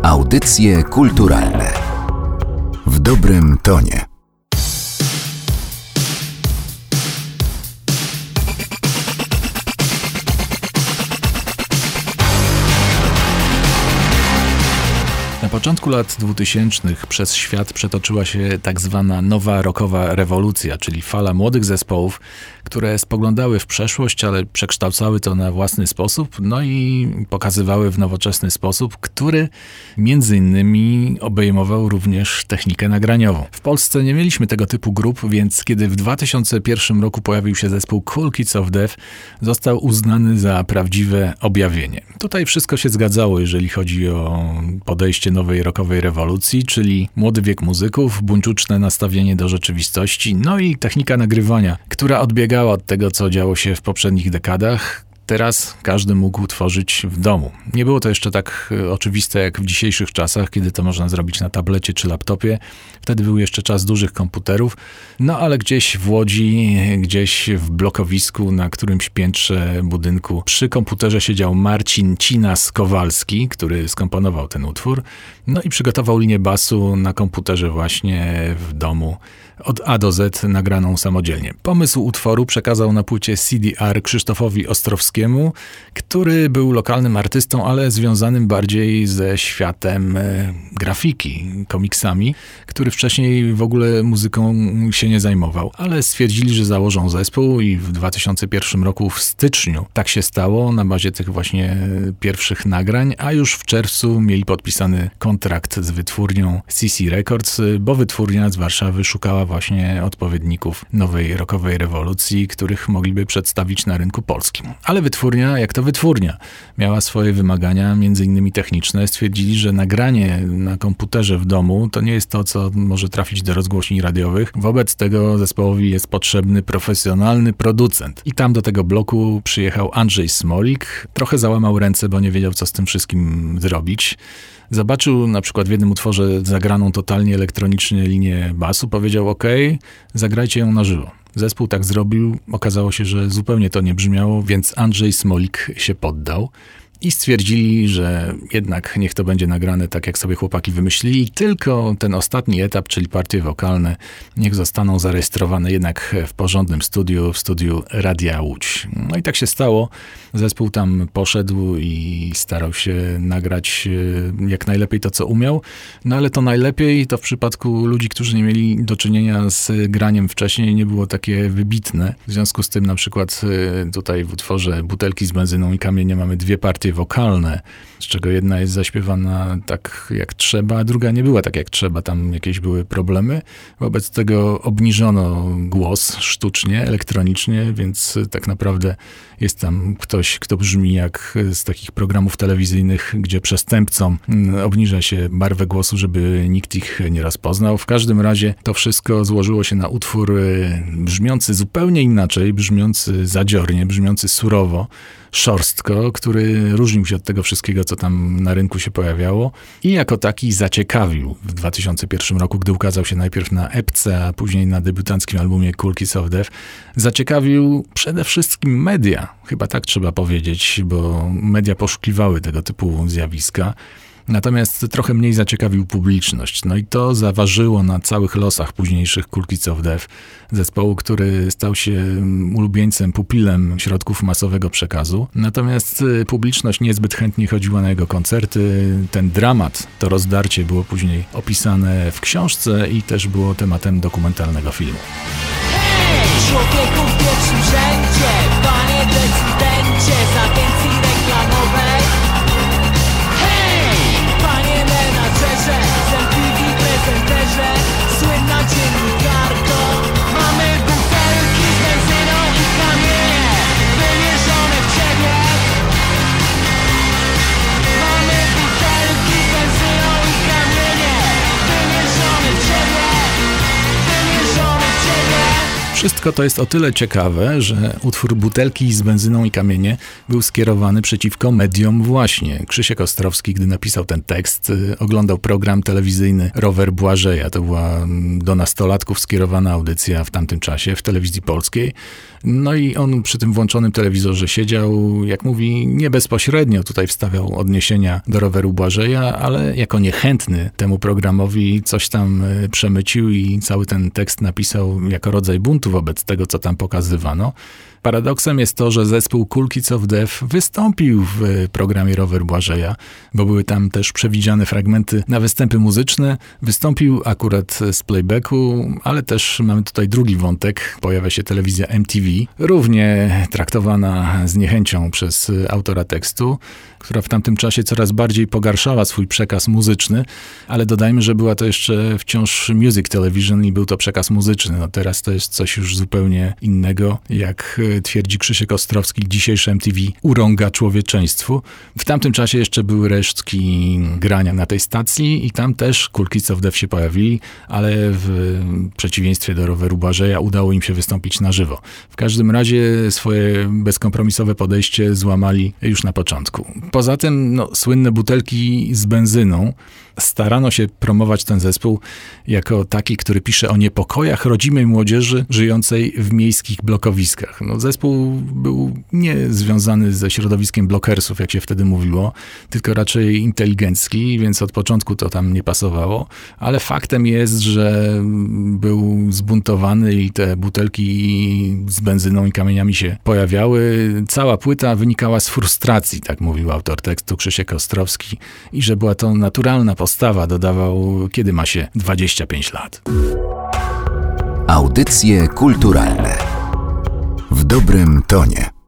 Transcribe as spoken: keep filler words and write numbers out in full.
Audycje kulturalne w dobrym tonie. Na początku lat dwutysięcznych przez świat przetoczyła się tak zwana nowa rockowa rewolucja, czyli fala młodych zespołów, które spoglądały w przeszłość, ale przekształcały to na własny sposób, no i pokazywały w nowoczesny sposób, który między innymi obejmował również technikę nagraniową. W Polsce nie mieliśmy tego typu grup, więc kiedy w dwa tysiące pierwszym roku pojawił się zespół Cool Kids of Death, został uznany za prawdziwe objawienie. Tutaj wszystko się zgadzało, jeżeli chodzi o podejście nowej rockowej rewolucji, czyli młody wiek muzyków, buńczuczne nastawienie do rzeczywistości, no i technika nagrywania, która odbiegała od tego, co działo się w poprzednich dekadach. Teraz każdy mógł tworzyć w domu. Nie było to jeszcze tak oczywiste jak w dzisiejszych czasach, kiedy to można zrobić na tablecie czy laptopie. Wtedy był jeszcze czas dużych komputerów, no ale gdzieś w Łodzi, gdzieś w blokowisku, na którymś piętrze budynku przy komputerze siedział Marcin Cinas-Kowalski, który skomponował ten utwór, no i przygotował linię basu na komputerze właśnie w domu, od A do Z nagraną samodzielnie. Pomysł utworu przekazał na płycie C D R Krzysztofowi Ostrowskiemu, który był lokalnym artystą, ale związanym bardziej ze światem e, grafiki, komiksami, który wcześniej w ogóle muzyką się nie zajmował. Ale stwierdzili, że założą zespół i w dwa tysiące pierwszym roku w styczniu tak się stało na bazie tych właśnie pierwszych nagrań, a już w czerwcu mieli podpisany kontrakt z wytwórnią C C Records, bo wytwórnia z Warszawy szukała właśnie odpowiedników nowej rockowej rewolucji, których mogliby przedstawić na rynku polskim. Ale wytwórnia, jak to wytwórnia, miała swoje wymagania, między innymi techniczne. Stwierdzili, że nagranie na komputerze w domu to nie jest to, co może trafić do rozgłośni radiowych. Wobec tego zespołowi jest potrzebny profesjonalny producent. I tam do tego bloku przyjechał Andrzej Smolik. Trochę załamał ręce, bo nie wiedział, co z tym wszystkim zrobić. Zobaczył na przykład w jednym utworze zagraną totalnie elektronicznie linię basu, powiedział: OK, zagrajcie ją na żywo. Zespół tak zrobił, okazało się, że zupełnie to nie brzmiało, więc Andrzej Smolik się poddał. I stwierdzili, że jednak niech to będzie nagrane tak, jak sobie chłopaki wymyślili i tylko ten ostatni etap, czyli partie wokalne, niech zostaną zarejestrowane jednak w porządnym studiu, w studiu Radia Łódź. No i tak się stało. Zespół tam poszedł i starał się nagrać jak najlepiej to, co umiał. No ale to najlepiej to w przypadku ludzi, którzy nie mieli do czynienia z graniem wcześniej, nie było takie wybitne. W związku z tym na przykład tutaj w utworze Butelki z benzyną i kamienie mamy dwie partie wokalne, z czego jedna jest zaśpiewana tak jak trzeba, a druga nie była tak jak trzeba. Tam jakieś były problemy. Wobec tego obniżono głos sztucznie, elektronicznie, więc tak naprawdę jest tam ktoś, kto brzmi jak z takich programów telewizyjnych, gdzie przestępcom obniża się barwę głosu, żeby nikt ich nie rozpoznał. W każdym razie to wszystko złożyło się na utwór brzmiący zupełnie inaczej, brzmiący zadziornie, brzmiący surowo, szorstko, który różnił się od tego wszystkiego, co tam na rynku się pojawiało i jako taki zaciekawił w dwa tysiące pierwszym roku, gdy ukazał się najpierw na epce, a później na debiutanckim albumie Cool Kids of Death. Zaciekawił przede wszystkim media, chyba tak trzeba powiedzieć, bo media poszukiwały tego typu zjawiska. Natomiast trochę mniej zaciekawił publiczność. No i to zaważyło na całych losach późniejszych Cool Kids of Death, zespołu, który stał się ulubieńcem, pupilem środków masowego przekazu. Natomiast publiczność niezbyt chętnie chodziła na jego koncerty. Ten dramat, to rozdarcie było później opisane w książce i też było tematem dokumentalnego filmu. Hej, człowieku w pierwszym rzędzie, panie decydencie z agencji reklamowej. Z M T V prezenterze, słynna dziennikarko. Mamy butelki z benzyną i kamienie wymierzone w ciebie. Mamy butelki z benzyną i kamienie wymierzone w ciebie. Wymierzone w ciebie. Wszystko to jest o tyle ciekawe, że utwór Butelki z benzyną i kamienie był skierowany przeciwko mediom właśnie. Krzysiek Ostrowski, gdy napisał ten tekst, oglądał program telewizyjny Rower Błażeja. To była do nastolatków skierowana audycja w tamtym czasie w telewizji polskiej. No i on przy tym włączonym telewizorze siedział, jak mówi, nie bezpośrednio tutaj wstawiał odniesienia do roweru Błażeja, ale jako niechętny temu programowi coś tam przemycił i cały ten tekst napisał jako rodzaj buntu wobec tego, co tam pokazywano. Paradoksem jest to, że zespół Cool Kids of Death wystąpił w programie Rower Błażeja, bo były tam też przewidziane fragmenty na występy muzyczne. Wystąpił akurat z playbacku, ale też mamy tutaj drugi wątek. Pojawia się telewizja M T V, równie traktowana z niechęcią przez autora tekstu, która w tamtym czasie coraz bardziej pogarszała swój przekaz muzyczny, ale dodajmy, że była to jeszcze wciąż music television i był to przekaz muzyczny. No teraz to jest coś już zupełnie innego, jak twierdzi Krzysiek Ostrowski, dzisiejsze M T V urąga człowieczeństwu. W tamtym czasie jeszcze były resztki grania na tej stacji i tam też Cool Kids of Death się pojawili, ale w przeciwieństwie do roweru Błażeja udało im się wystąpić na żywo. W każdym razie swoje bezkompromisowe podejście złamali już na początku. Poza tym no, słynne butelki z benzyną. Starano się promować ten zespół jako taki, który pisze o niepokojach rodzimej młodzieży żyjącej w miejskich blokowiskach. No, zespół był nie związany ze środowiskiem blokersów, jak się wtedy mówiło, tylko raczej inteligencki, więc od początku to tam nie pasowało, ale faktem jest, że był zbuntowany i te butelki z benzyną i kamieniami się pojawiały. Cała płyta wynikała z frustracji, tak mówił autor tekstu Krzysiek Ostrowski, i że była to naturalna postawa, dodawał, kiedy ma się dwadzieścia pięć lat. Audycje kulturalne w dobrym tonie.